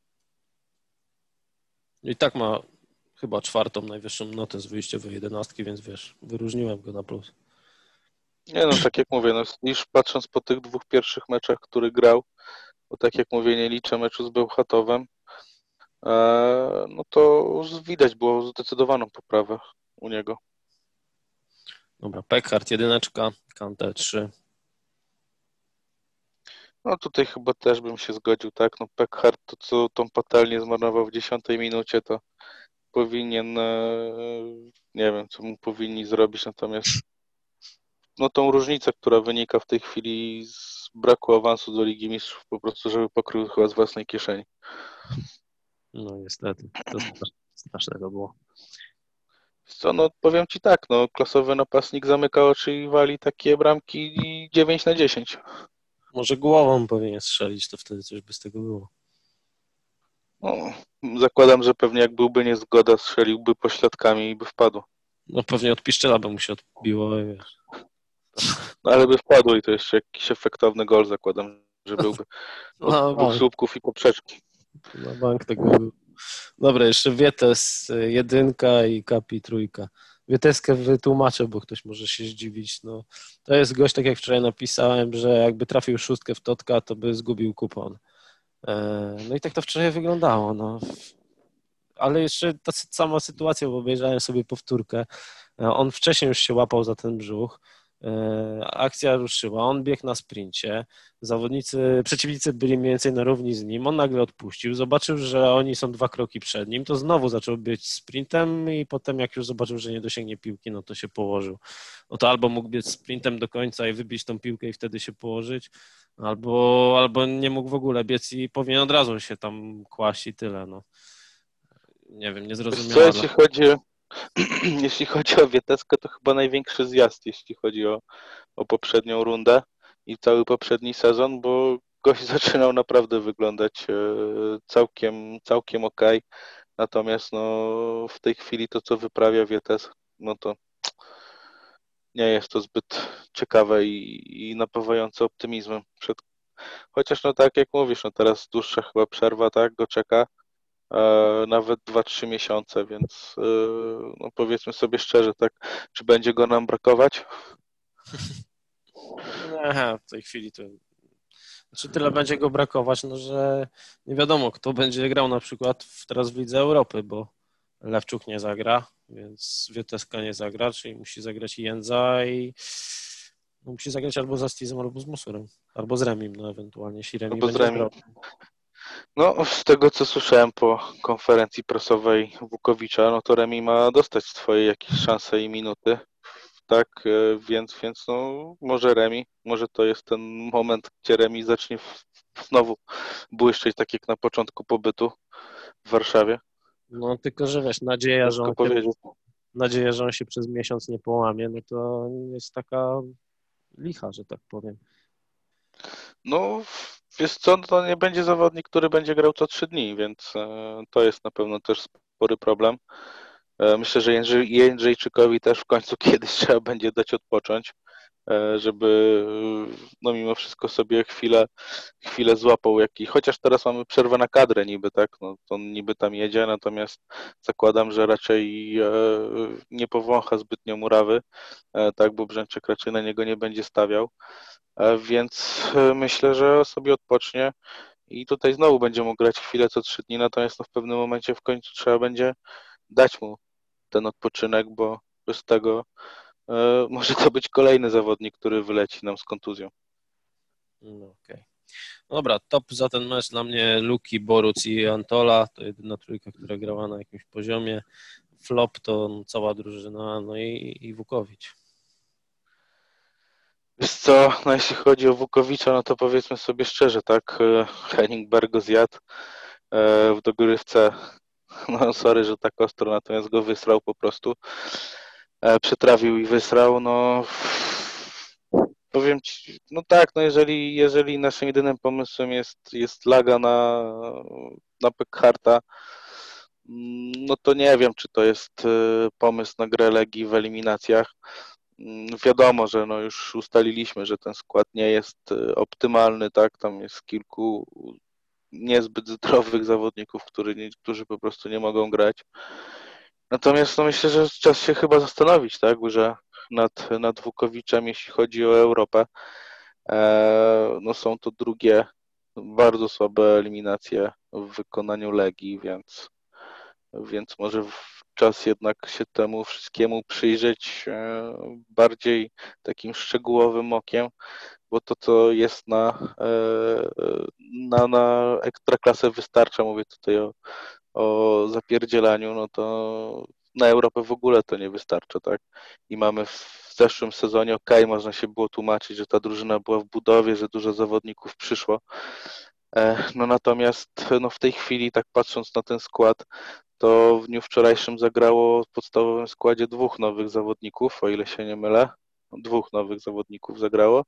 I tak ma chyba czwartą najwyższą notę z wyjściowej jedenastki, więc wiesz, wyróżniłem go na plus. Nie no, tak jak mówię, no, niż patrząc po tych dwóch pierwszych meczach, który grał, bo tak jak mówię, nie liczę meczu z Bełchatowem, e, no to widać było zdecydowaną poprawę u niego. Dobra, Pekhart jedyneczka, Kante trzy. No tutaj chyba też bym się zgodził, tak? No Pekhart to co tą patelnię zmarnował w dziesiątej minucie, to powinien, e, nie wiem, co mu powinni zrobić, natomiast no tą różnicę, która wynika w tej chwili z braku awansu do Ligi Mistrzów, po prostu, żeby pokrył chyba z własnej kieszeni. No niestety, to straszne to było. Co, no powiem Ci tak, no klasowy napastnik zamyka oczy i wali takie bramki dziewięć na dziesięć. Może głową powinien strzelić, to wtedy coś by z tego było. No, zakładam, że pewnie jak byłby niezgoda, strzeliłby pośladkami i by wpadł. No pewnie od piszczela by mu się odbiło, wiesz. No ale by wpadł i to jeszcze jakiś efektowny gol, zakładam, że byłby od No, dwóch bank, słupków i poprzeczki. na bank tego był. Dobra, jeszcze Wietes jedynka i Kapi trójka. Wieteskę wytłumaczę, bo ktoś może się zdziwić. No, to jest gość, tak jak wczoraj napisałem, że jakby trafił szóstkę w Totka, to by zgubił kupon. E, No i tak to wczoraj wyglądało. No. Ale jeszcze ta sama sytuacja, bo obejrzałem sobie powtórkę. E, On wcześniej już się łapał za ten brzuch. E, Akcja ruszyła, on biegł na sprincie. Zawodnicy, przeciwnicy byli mniej więcej na równi z nim. On nagle odpuścił, zobaczył, że oni są dwa kroki przed nim. To znowu zaczął biec sprintem i potem jak już zobaczył, że nie dosięgnie piłki, no to się położył. No to albo mógł biec sprintem do końca i wybić tą piłkę i wtedy się położyć, albo, albo nie mógł w ogóle biec i powinien od razu się tam kłaść i tyle. No. Nie wiem, Wiesz co, niezrozumiała. jeśli chodzi, jeśli chodzi o Wieteskę, to chyba największy zjazd, jeśli chodzi o, o poprzednią rundę i cały poprzedni sezon, bo gość zaczynał naprawdę wyglądać e, całkiem, całkiem okej. Natomiast no, w tej chwili to, co wyprawia Wietes, no to nie jest to zbyt ciekawe i, i napawające optymizmem. Przed... Chociaż no tak jak mówisz, no teraz dłuższa chyba przerwa, tak, go czeka, e, nawet dwa trzy miesiące, więc e, no powiedzmy sobie szczerze, tak, czy będzie go nam brakować? Nie, w tej chwili to. Znaczy tyle będzie go brakować, no że nie wiadomo, kto będzie grał na przykład w, teraz w Lidze Europy, bo Lewczuk nie zagra, więc Wieteska nie zagra, czyli musi zagrać Jędza i no, musi zagrać albo z Astizem, albo z Musurem, albo z Remim, no ewentualnie, jeśli Remi Albo z będzie Remi. grał. No, z tego co słyszałem po konferencji prasowej Wukowicza, no to Remi ma dostać swoje jakieś szanse i minuty. Tak, e, więc, więc no, może Remi, może to jest ten moment, gdzie Remi zacznie w, znowu błyszczeć, tak jak na początku pobytu w Warszawie. No tylko, że wiesz, nadzieja, że Ciężko on się, powiedzieć. nadzieja, że on się przez miesiąc nie połamie, no to jest taka licha, że tak powiem. No, wiesz co, no to nie będzie zawodnik, który będzie grał co trzy dni, więc e, to jest na pewno też spory problem. E, myślę, że Jędrzej, Jędrzejczykowi też w końcu kiedyś trzeba będzie dać odpocząć, e, żeby no mimo wszystko sobie chwilę, chwilę złapał jaki, chociaż teraz mamy przerwę na kadrę niby, tak, no to on niby tam jedzie, natomiast zakładam, że raczej e, nie powącha zbytnio murawy, e, tak, bo Brzęczyk raczej na niego nie będzie stawiał, e, więc e, myślę, że sobie odpocznie i tutaj znowu będzie mógł grać chwilę co trzy dni, natomiast no w pewnym momencie w końcu trzeba będzie dać mu ten odpoczynek, bo bez tego e, może to być kolejny zawodnik, który wyleci nam z kontuzją. No, okej. Dobra, top za ten mecz dla mnie Luki, Boruc i Antola. To jedyna trójka, która grała na jakimś poziomie. Flop to cała drużyna, no i, i Wukowicz. Wiesz co, no jeśli chodzi o Wukowicza, no to powiedzmy sobie szczerze, tak, e, Henning Berg go zjadł e, w dogrywce, no sorry, że tak ostro, natomiast go wysrał po prostu, e, przetrawił i wysrał, no powiem ci, no tak, no jeżeli, jeżeli naszym jedynym pomysłem jest, jest laga na, na Pekharta, mm, no to nie wiem, czy to jest e, pomysł na grę Legii w eliminacjach. Mm, Wiadomo, że no już ustaliliśmy, że ten skład nie jest e, optymalny, tak? Tam jest kilku niezbyt zdrowych zawodników, który, nie- którzy po prostu nie mogą grać. Natomiast no myślę, że czas się chyba zastanowić, tak? Że nad, nad Wukowiczem, jeśli chodzi o Europę. E, no są to drugie bardzo słabe eliminacje w wykonaniu Legii, więc więc może w- czas jednak się temu wszystkiemu przyjrzeć e, bardziej takim szczegółowym okiem, bo to, co jest na, e, na, na ekstraklasę wystarcza, mówię tutaj o, o zapierdzielaniu, no to na Europę w ogóle to nie wystarcza, tak? I mamy w zeszłym sezonie, okej, można się było tłumaczyć, że ta drużyna była w budowie, że dużo zawodników przyszło, e, no natomiast no w tej chwili, tak patrząc na ten skład, to w dniu wczorajszym zagrało w podstawowym składzie dwóch nowych zawodników, o ile się nie mylę. Dwóch nowych zawodników zagrało,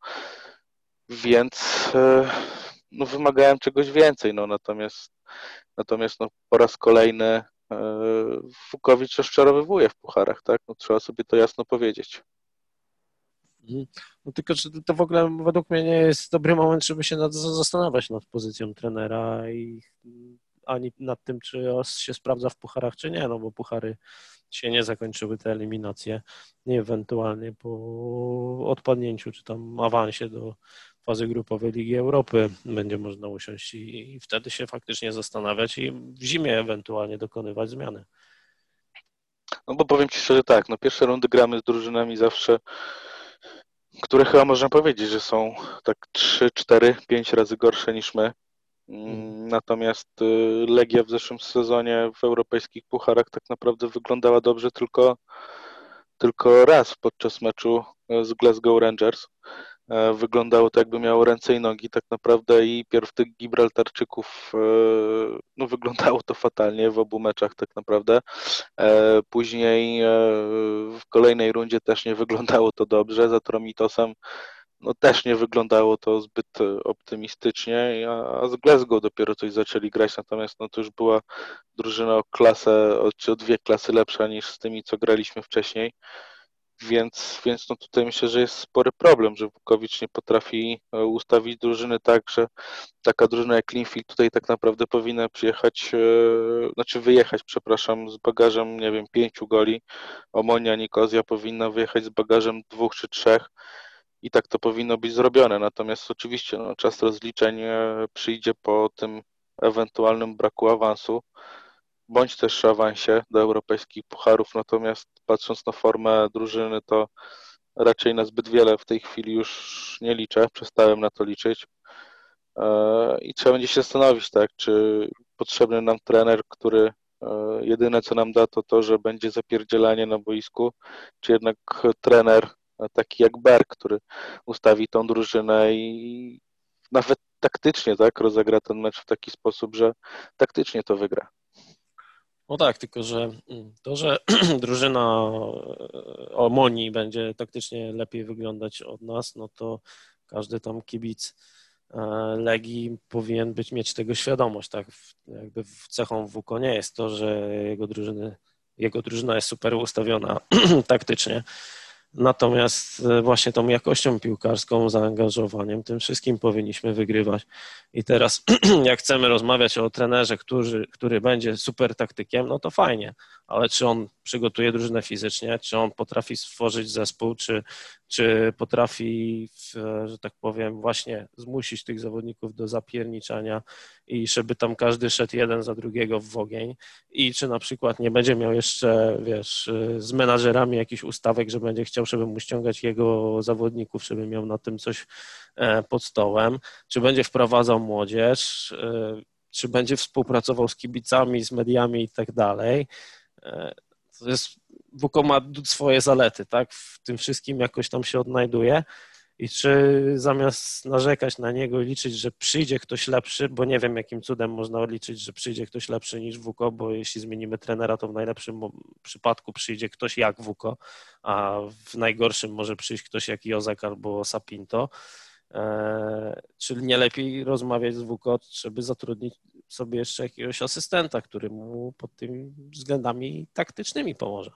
więc e, no, wymagałem czegoś więcej. No, natomiast natomiast no, po raz kolejny e, Wukowicz rozczarowywuje w pucharach, tak? No, trzeba sobie to jasno powiedzieć. Mhm. No tylko, że to w ogóle według mnie nie jest dobry moment, żeby się nad, zastanawiać nad pozycją trenera i ani nad tym, czy os się sprawdza w pucharach, czy nie, no bo puchary się nie zakończyły, te eliminacje, nie ewentualnie po odpadnięciu, czy tam awansie do fazy grupowej Ligi Europy będzie można usiąść i, i wtedy się faktycznie zastanawiać i w zimie ewentualnie dokonywać zmiany. No bo powiem Ci szczerze tak, no pierwsze rundy gramy z drużynami zawsze, które chyba można powiedzieć, że są tak trzy, cztery, pięć razy gorsze niż my. Mhm. Mm, Natomiast y, Legia w zeszłym sezonie w europejskich pucharach tak naprawdę wyglądała dobrze tylko, tylko raz podczas meczu e, z Glasgow Rangers. E, Wyglądało to jakby miało ręce i nogi tak naprawdę i pierw tych Gibraltarczyków, e, no wyglądało to fatalnie w obu meczach tak naprawdę. E, Później e, w kolejnej rundzie też nie wyglądało to dobrze. Za Tromitosem no też nie wyglądało to zbyt e, optymistycznie, a, a z Glasgow dopiero coś zaczęli grać, natomiast no to już była drużyna o klasę, o, czy o dwie klasy lepsza niż z tymi, co graliśmy wcześniej, więc, więc no tutaj myślę, że jest spory problem, że Wukowicz nie potrafi e, ustawić drużyny tak, że taka drużyna jak Linfield tutaj tak naprawdę powinna przyjechać, e, znaczy wyjechać, przepraszam, z bagażem, nie wiem, pięciu goli. Omonia Nikozja powinna wyjechać z bagażem dwóch czy trzech i tak to powinno być zrobione. Natomiast oczywiście no, czas rozliczeń e, przyjdzie po tym ewentualnym braku awansu, bądź też awansie do europejskich pucharów. Natomiast patrząc na formę drużyny, to raczej na zbyt wiele w tej chwili już nie liczę. Przestałem na to liczyć. E, I trzeba będzie się zastanowić, tak, czy potrzebny nam trener, który e, jedyne co nam da, to to, że będzie zapierdzielanie na boisku, czy jednak trener e, taki jak Berg, który ustawi tą drużynę i nawet taktycznie, tak, rozegra ten mecz w taki sposób, że taktycznie to wygra. No tak, tylko że mm, to, że drużyna e, Omonii będzie taktycznie lepiej wyglądać od nas, no to każdy tam kibic e, Legii powinien być mieć tego świadomość, tak? W- Jakby w cechą Wuko nie jest to, że jego drużyny, jego drużyna jest super ustawiona taktycznie. Natomiast e, właśnie tą jakością piłkarską, zaangażowaniem, tym wszystkim powinniśmy wygrywać. I teraz, jak chcemy rozmawiać o trenerze, który, który będzie super taktykiem, no to fajnie, ale czy on przygotuje drużynę fizycznie, czy on potrafi stworzyć zespół, czy, czy potrafi, że tak powiem, właśnie zmusić tych zawodników do zapierniczania i żeby tam każdy szedł jeden za drugiego w ogień i czy na przykład nie będzie miał jeszcze, wiesz, z menadżerami jakichś ustawek, że będzie chciał, żeby mu ściągać jego zawodników, żeby miał na tym coś e, pod stołem, czy będzie wprowadzał młodzież, e, czy będzie współpracował z kibicami, z mediami i tak dalej. E, To jest, Wuko ma swoje zalety, tak? W tym wszystkim jakoś tam się odnajduje i czy zamiast narzekać na niego i liczyć, że przyjdzie ktoś lepszy, bo nie wiem jakim cudem można liczyć, że przyjdzie ktoś lepszy niż Wuko, bo jeśli zmienimy trenera, to w najlepszym przypadku przyjdzie ktoś jak Wuko, a w najgorszym może przyjść ktoś jak Jozek albo Sapinto. Eee, czyli nie lepiej rozmawiać z Wuko, żeby zatrudnić sobie jeszcze jakiegoś asystenta, który mu pod tymi względami taktycznymi pomoże.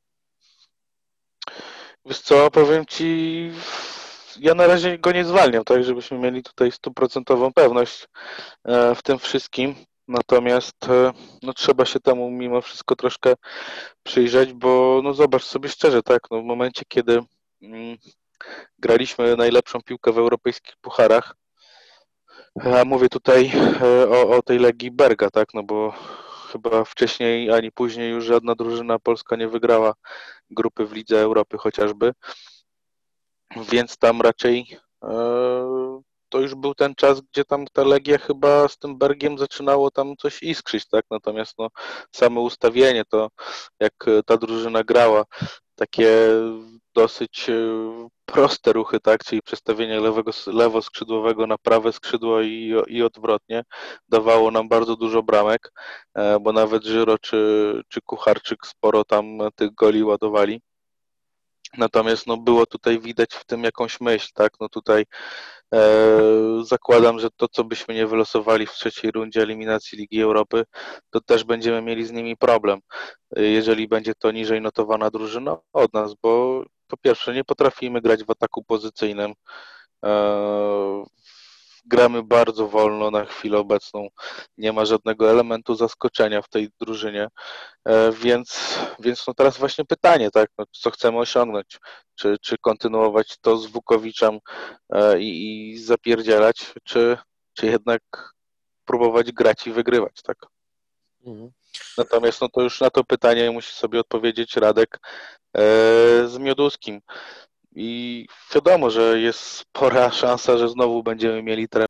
Wiesz co, powiem Ci, ja na razie go nie zwalniam, tak, żebyśmy mieli tutaj stuprocentową pewność w tym wszystkim. Natomiast no, trzeba się temu mimo wszystko troszkę przyjrzeć, bo no zobacz sobie szczerze, tak, no, w momencie, kiedy mm, graliśmy najlepszą piłkę w europejskich pucharach, a mówię tutaj o, o tej Legii Berga, tak, no bo chyba wcześniej ani później już żadna drużyna polska nie wygrała grupy w Lidze Europy chociażby, więc tam raczej e, to już był ten czas, gdzie tam ta Legia chyba z tym Bergiem zaczynało tam coś iskrzyć, tak, natomiast no same ustawienie, to jak ta drużyna grała, takie dosyć proste ruchy, tak, czyli przestawienie lewego, lewoskrzydłowego na prawe skrzydło i, i odwrotnie, dawało nam bardzo dużo bramek, bo nawet Żyro czy, czy Kucharczyk sporo tam tych goli ładowali. Natomiast no, było tutaj widać w tym jakąś myśl, tak, no tutaj e, zakładam, że to, co byśmy nie wylosowali w trzeciej rundzie eliminacji Ligi Europy, to też będziemy mieli z nimi problem, jeżeli będzie to niżej notowana drużyna od nas, bo po pierwsze nie potrafimy grać w ataku pozycyjnym, e, gramy bardzo wolno na chwilę obecną, nie ma żadnego elementu zaskoczenia w tej drużynie, więc, więc no teraz właśnie pytanie, tak, no, co chcemy osiągnąć, czy, czy kontynuować to z Wukowiczem i, i zapierdzielać, czy, czy jednak próbować grać i wygrywać, tak. Mhm. Natomiast no to już na to pytanie musi sobie odpowiedzieć Radek e, z Mioduskim. I wiadomo, że jest spora szansa, że znowu będziemy mieli trenera.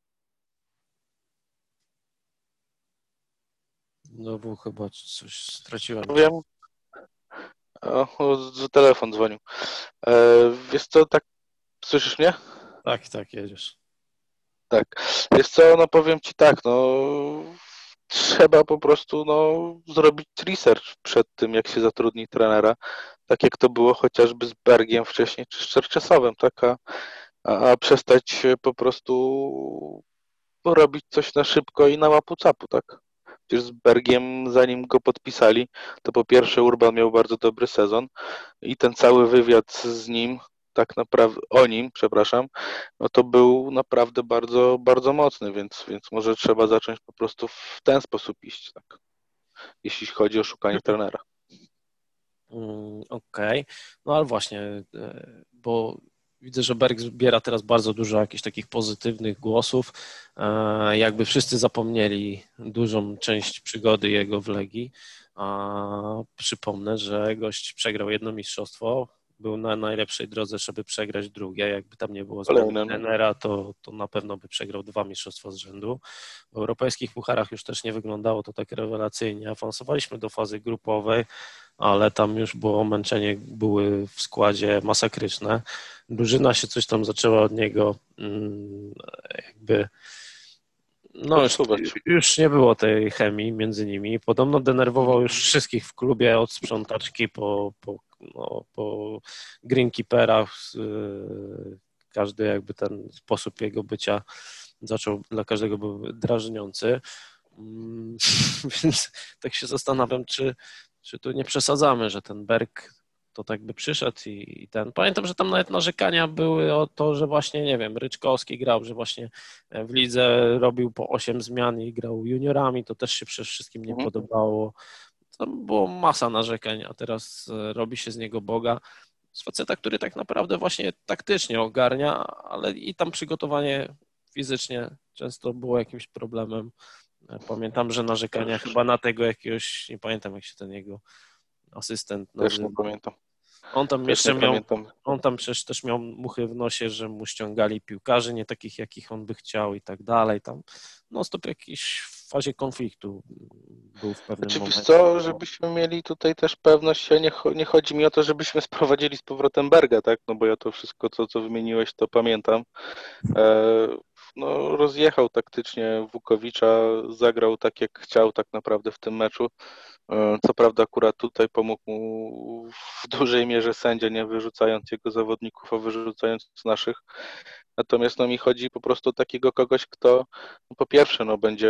No bo chyba coś straciłem. Wiem. O, o, telefon dzwonił. E, wiesz co, tak, słyszysz mnie? Tak, tak, jedziesz. Tak. Wiesz co, no powiem Ci tak, no trzeba po prostu no, zrobić research przed tym, jak się zatrudni trenera, tak jak to było chociażby z Bergiem wcześniej, czy z Czerczesowem, tak, a, a przestać po prostu robić coś na szybko i na łapu-capu, tak. Przecież z Bergiem, zanim go podpisali, to po pierwsze Urban miał bardzo dobry sezon i ten cały wywiad z nim, tak naprawdę, o nim, przepraszam, no to był naprawdę bardzo, bardzo mocny, więc, więc może trzeba zacząć po prostu w ten sposób iść, tak, jeśli chodzi o szukanie trenera. Mm, Okej, okay. No ale właśnie, bo widzę, że Berg zbiera teraz bardzo dużo jakichś takich pozytywnych głosów, jakby wszyscy zapomnieli dużą część przygody jego w Legii, a przypomnę, że gość przegrał jedno mistrzostwo, był na najlepszej drodze, żeby przegrać drugie, jakby tam nie było zmiany trenera, to, to na pewno by przegrał dwa mistrzostwa z rzędu. W europejskich pucharach już też nie wyglądało to tak rewelacyjnie, awansowaliśmy do fazy grupowej, ale tam już było męczenie, były w składzie masakryczne. Drużyna się coś tam zaczęła od niego jakby, no już, już nie było tej chemii między nimi. Podobno denerwował już wszystkich w klubie, od sprzątaczki po, po, no, po greenkeeperach. Każdy jakby ten sposób jego bycia zaczął dla każdego był drażniący. Więc tak się zastanawiam, czy czy tu nie przesadzamy, że ten Berg to tak by przyszedł i, i ten. Pamiętam, że tam nawet narzekania były o to, że właśnie, nie wiem, Ryczkowski grał, że właśnie w lidze robił po osiem zmian i grał juniorami, to też się przede wszystkim nie mhm. podobało. Tam było masa narzekań, a teraz robi się z niego Boga. Z faceta, który tak naprawdę właśnie taktycznie ogarnia, ale i tam przygotowanie fizycznie często było jakimś problemem. Pamiętam, że narzekania chyba na tego jakiegoś, nie pamiętam jak się ten jego asystent nazywa. Też nie pamiętam. On tam też jeszcze miał, pamiętam. On tam przecież też miał muchy w nosie, że mu ściągali piłkarzy, nie takich jakich on by chciał i tak dalej. Tam no stop jakieś w fazie konfliktu był w pewnym Znaczy, wiesz momencie. co, żebyśmy mieli tutaj też pewność, ja nie, cho- nie chodzi mi o to, żebyśmy sprowadzili z powrotem Berga, tak? No bo ja to wszystko, co, co wymieniłeś, to pamiętam. E, no, rozjechał taktycznie Wukowicza, zagrał tak, jak chciał tak naprawdę w tym meczu. E, co prawda akurat tutaj pomógł mu w dużej mierze sędzia, nie wyrzucając jego zawodników, a wyrzucając naszych. Natomiast no, mi chodzi po prostu o takiego kogoś, kto no, po pierwsze no, będzie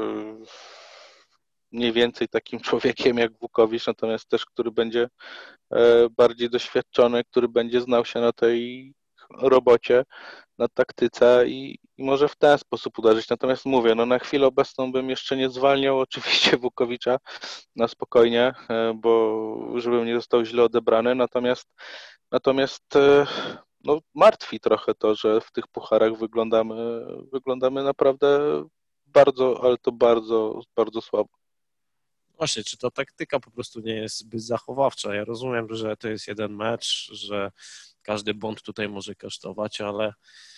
mniej więcej takim człowiekiem jak Wukowicz, natomiast też, który będzie e, bardziej doświadczony, który będzie znał się na tej robocie, na taktyce i, i może w ten sposób uderzyć. Natomiast mówię, no na chwilę obecną bym jeszcze nie zwalniał oczywiście Wukowicza na spokojnie, e, bo żebym nie został źle odebrany, natomiast natomiast e, no, martwi trochę to, że w tych pucharach wyglądamy, wyglądamy naprawdę bardzo, ale to bardzo, bardzo słabo. Właśnie, czy ta taktyka po prostu nie jest zbyt zachowawcza? Ja rozumiem, że to jest jeden mecz, że każdy błąd tutaj może kosztować, ale,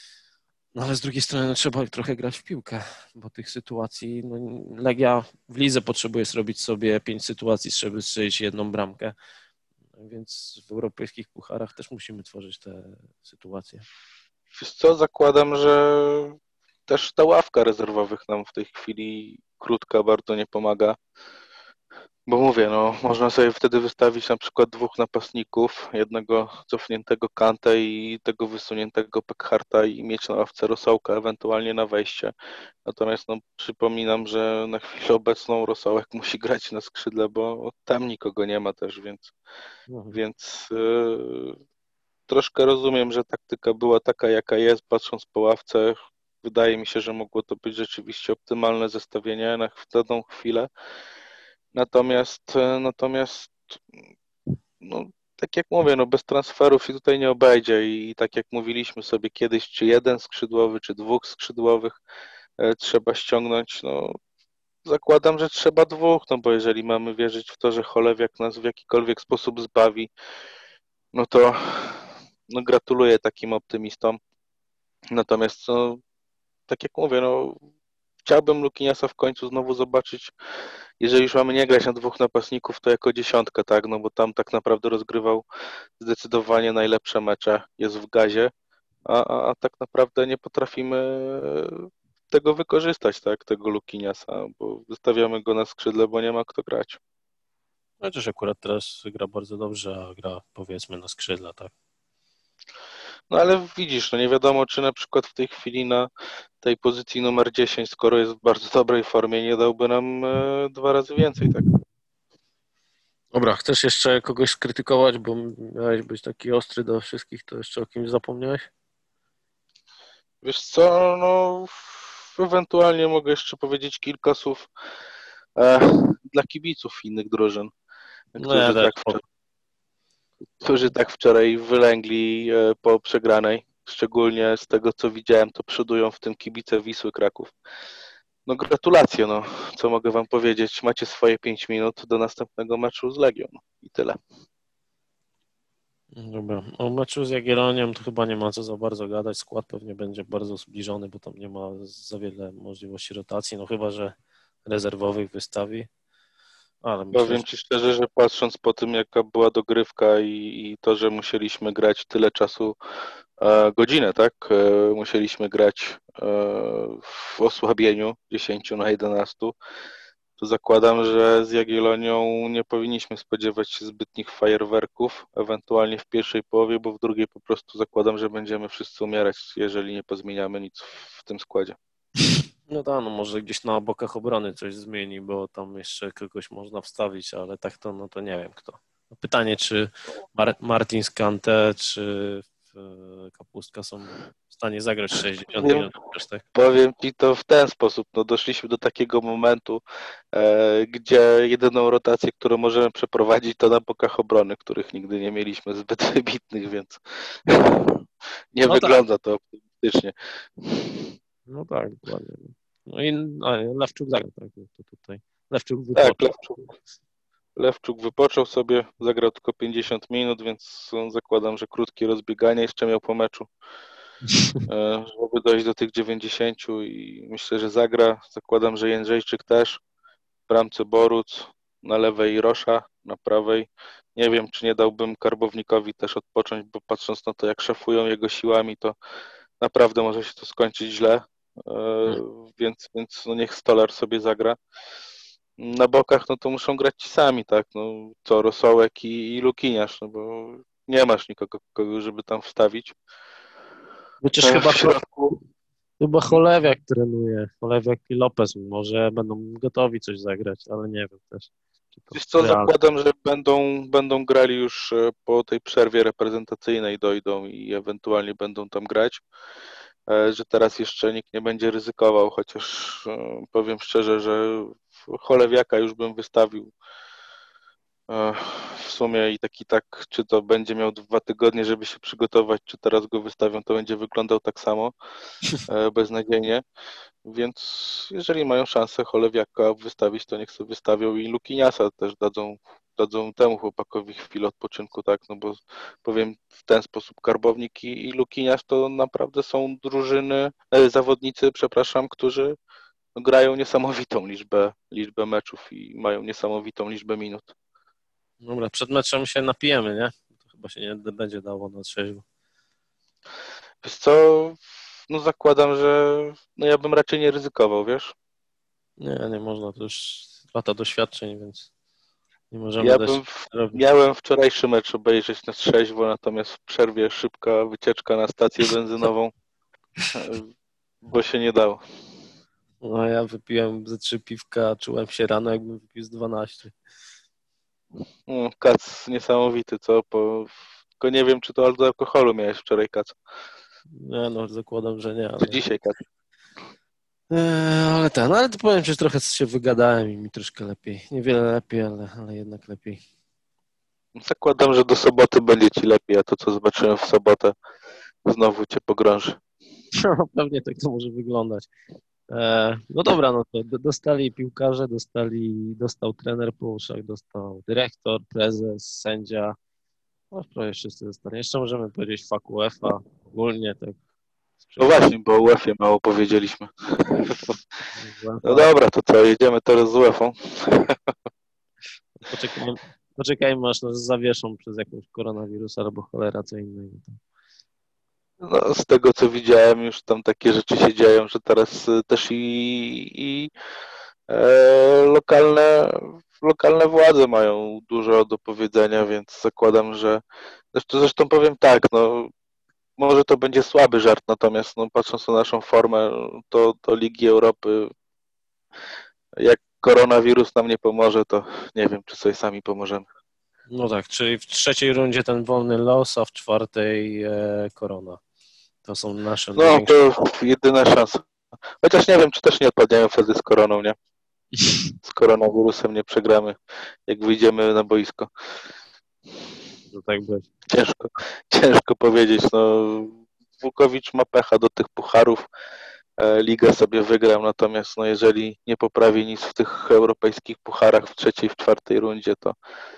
no ale z drugiej strony no, trzeba trochę grać w piłkę, bo tych sytuacji, no, Legia w lidze potrzebuje zrobić sobie pięć sytuacji, żeby strzelić jedną bramkę, więc w europejskich pucharach też musimy tworzyć te sytuacje. Wiesz co, zakładam, że też ta ławka rezerwowych nam w tej chwili krótka bardzo nie pomaga. Bo mówię, no można sobie wtedy wystawić na przykład dwóch napastników, jednego cofniętego Kantę i tego wysuniętego Pekharta i mieć na ławce Rosołka, ewentualnie na wejście. Natomiast no, przypominam, że na chwilę obecną Rosołek musi grać na skrzydle, bo tam nikogo nie ma też, więc, Mhm. więc yy, troszkę rozumiem, że taktyka była taka, jaka jest, patrząc po ławce. Wydaje mi się, że mogło to być rzeczywiście optymalne zestawienie na ch- daną chwilę. Natomiast, e, natomiast no, tak jak mówię, no bez transferów się tutaj nie obejdzie i, i tak jak mówiliśmy sobie kiedyś, czy jeden skrzydłowy, czy dwóch skrzydłowych e, trzeba ściągnąć, no zakładam, że trzeba dwóch, no bo jeżeli mamy wierzyć w to, że Cholewiak nas w jakikolwiek sposób zbawi, no to no gratuluję takim optymistom. Natomiast no, tak jak mówię, no chciałbym Lukiniasa w końcu znowu zobaczyć, jeżeli już mamy nie grać na dwóch napastników, to jako dziesiątkę, tak, no bo tam tak naprawdę rozgrywał zdecydowanie najlepsze mecze, jest w gazie, a, a, a tak naprawdę nie potrafimy tego wykorzystać, tak, tego Lukiniasa, bo wystawiamy go na skrzydle, bo nie ma kto grać. Chociaż akurat teraz gra bardzo dobrze, a gra powiedzmy na skrzydle, tak? No ale widzisz, no nie wiadomo, czy na przykład w tej chwili na tej pozycji numer dziesięć, skoro jest w bardzo dobrej formie, nie dałby nam e, dwa razy więcej, tak? Dobra, chcesz jeszcze kogoś skrytykować, bo miałeś być taki ostry do wszystkich, to jeszcze o kimś zapomniałeś? Wiesz co, no ewentualnie mogę jeszcze powiedzieć kilka słów e, dla kibiców innych drużyn, No ja którzy też tak, wczor- powiem. którzy tak wczoraj wylęgli e, po przegranej. Szczególnie z tego, co widziałem, to przodują w tym kibice Wisły Kraków. No gratulacje, no. Co mogę wam powiedzieć? Macie swoje pięć minut do następnego meczu z Legią. I tyle. Dobra, o meczu z Jagiellonią to chyba nie ma co za bardzo gadać, skład pewnie będzie bardzo zbliżony, bo tam nie ma za wiele możliwości rotacji, no chyba, że rezerwowych wystawi, ale myślę, Powiem że ci szczerze, że patrząc po tym, jaka była dogrywka i, i to, że musieliśmy grać tyle czasu, e, godzinę, tak? E, musieliśmy grać e, w osłabieniu dziesięć na jedenaście, to zakładam, że z Jagiellonią nie powinniśmy spodziewać się zbytnich fajerwerków, ewentualnie w pierwszej połowie, bo w drugiej po prostu zakładam, że będziemy wszyscy umierać, jeżeli nie pozmieniamy nic w tym składzie. no da, no może gdzieś na bokach obrony coś zmieni, bo tam jeszcze kogoś można wstawić, ale tak to, no to nie wiem kto. No pytanie, czy Mar Martin Skante, czy e, Kapustka są w stanie zagrać sześćdziesiąt Powiem, minut też, tak? powiem ci to w ten sposób. No doszliśmy do takiego momentu, e, gdzie jedyną rotację, którą możemy przeprowadzić, to na bokach obrony, których nigdy nie mieliśmy zbyt wybitnych, więc nie No tak. wygląda to optymistycznie. No tak, dokładnie. No i a, nie, Lewczuk zagrał, tak, no to tutaj. Lewczuk Tak, wypoczął. Lewczuk, Lewczuk wypoczął sobie, zagrał tylko pięćdziesiąt minut, więc zakładam, że krótkie rozbieganie jeszcze miał po meczu. e, żeby dojść do tych dziewięćdziesięciu i myślę, że zagra. Zakładam, że Jędrzejczyk też. W bramce Boruc, na lewej Rosza, na prawej. Nie wiem, czy nie dałbym Karbownikowi też odpocząć, bo patrząc na to, jak szafują jego siłami, to naprawdę może się to skończyć źle. E, więc więc no niech Stolar sobie zagra. Na bokach no to muszą grać ci sami, tak? No, co Rosołek i, i Lukiniarz, no bo nie masz nikogo, kogo, żeby tam wstawić. Chociaż E, chyba, w środku. chyba Cholewiak trenuje. Cholewiak i Lopez. Może będą gotowi coś zagrać, ale nie wiem też, czy to Wiesz co, realne. zakładam, że będą, będą grali już e, po tej przerwie reprezentacyjnej, dojdą i ewentualnie będą tam grać. E, Że teraz jeszcze nikt nie będzie ryzykował, chociaż e, powiem szczerze, że Cholewiaka już bym wystawił e, w sumie i tak i tak, czy to będzie miał dwa tygodnie, żeby się przygotować, czy teraz go wystawią, to będzie wyglądał tak samo, e, beznadziejnie. Więc jeżeli mają szansę Cholewiaka wystawić, to niech sobie wystawią i Lukiniasa też dadzą, dadzą temu chłopakowi chwilę odpoczynku, tak, no bo powiem w ten sposób Karbownik i, i Lukinias to naprawdę są drużyny, e, zawodnicy, przepraszam, którzy grają niesamowitą liczbę, liczbę meczów i mają niesamowitą liczbę minut. Dobra, przed meczem się napijemy, nie? To chyba się nie będzie dało na trzeźwo. Wiesz co, no zakładam, że no ja bym raczej nie ryzykował, wiesz? Nie, nie można, to już lata doświadczeń, więc nie możemy Ja dać bym w, robić. miałem wczorajszy mecz obejrzeć na trzeźwo, natomiast w przerwie szybka wycieczka na stację benzynową, e, bo się nie dało. No ja wypiłem ze trzy piwka, czułem się rano, jakbym wypił z dwanaście. Mm, Kac niesamowity, co? Po, tylko nie wiem, czy to do alkoholu miałeś wczoraj, kac. Nie no, zakładam, że nie, Czy ale... dzisiaj, kac. Eee, ale ten, ale to powiem, że trochę się wygadałem i mi troszkę lepiej. Niewiele lepiej, ale, ale jednak lepiej. Zakładam, że do soboty będzie ci lepiej, a to, co zobaczyłem w sobotę, znowu cię pogrąży. No, pewnie tak to może wyglądać. Eee, no dobra, no to d- dostali piłkarze, dostali, dostał trener po uszach, dostał dyrektor, prezes, sędzia. No prawie wszyscy dostali. Jeszcze możemy powiedzieć fuck UEFA ogólnie, tak z No przekonania. właśnie, bo o UEFA mało powiedzieliśmy. No UEFA. dobra, to co, jedziemy teraz z UEFA. Poczekajmy, poczekajmy, aż nas zawieszą przez jakąś koronawirus albo cholera, co innego. No, z tego co widziałem, już tam takie rzeczy się dzieją, że teraz y, też i, i e, lokalne, lokalne władze mają dużo do powiedzenia, więc zakładam, że zresztą, zresztą powiem tak, no może to będzie słaby żart, natomiast no, patrząc na naszą formę, to, to Ligi Europy, jak koronawirus nam nie pomoże, to nie wiem, czy sobie sami pomożemy. No tak, czyli w trzeciej rundzie ten wolny los, a w czwartej e, korona. To są nasze No największe. to jedyna szansa. Chociaż nie wiem, czy też nie odpadniają wtedy z koroną, nie? Z koronawirusem nie przegramy, jak wyjdziemy na boisko. To tak być. Ciężko, ciężko powiedzieć. No, Wukowicz ma pecha do tych pucharów. E, Ligę sobie wygrał, natomiast no, jeżeli nie poprawi nic w tych europejskich pucharach w trzeciej, w czwartej rundzie, to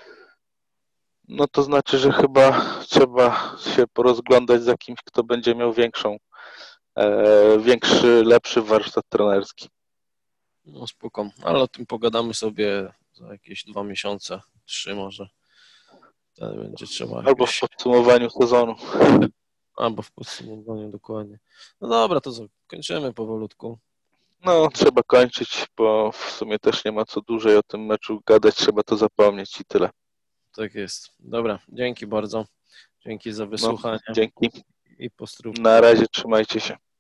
no to znaczy, że chyba trzeba się porozglądać za kimś, kto będzie miał większą, e, większy, lepszy warsztat trenerski. No spoko, ale o tym pogadamy sobie za jakieś dwa miesiące, trzy może. Wtedy będzie trzeba Albo w jakoś, podsumowaniu sezonu. albo w podsumowaniu dokładnie. No dobra, to co, kończymy powolutku. No, trzeba kończyć, bo w sumie też nie ma co dłużej o tym meczu gadać, trzeba to zapomnieć i tyle. Tak jest. Dobra, dzięki bardzo. Dzięki za No, wysłuchanie dzięki. i pozdrówki. Na razie, trzymajcie się.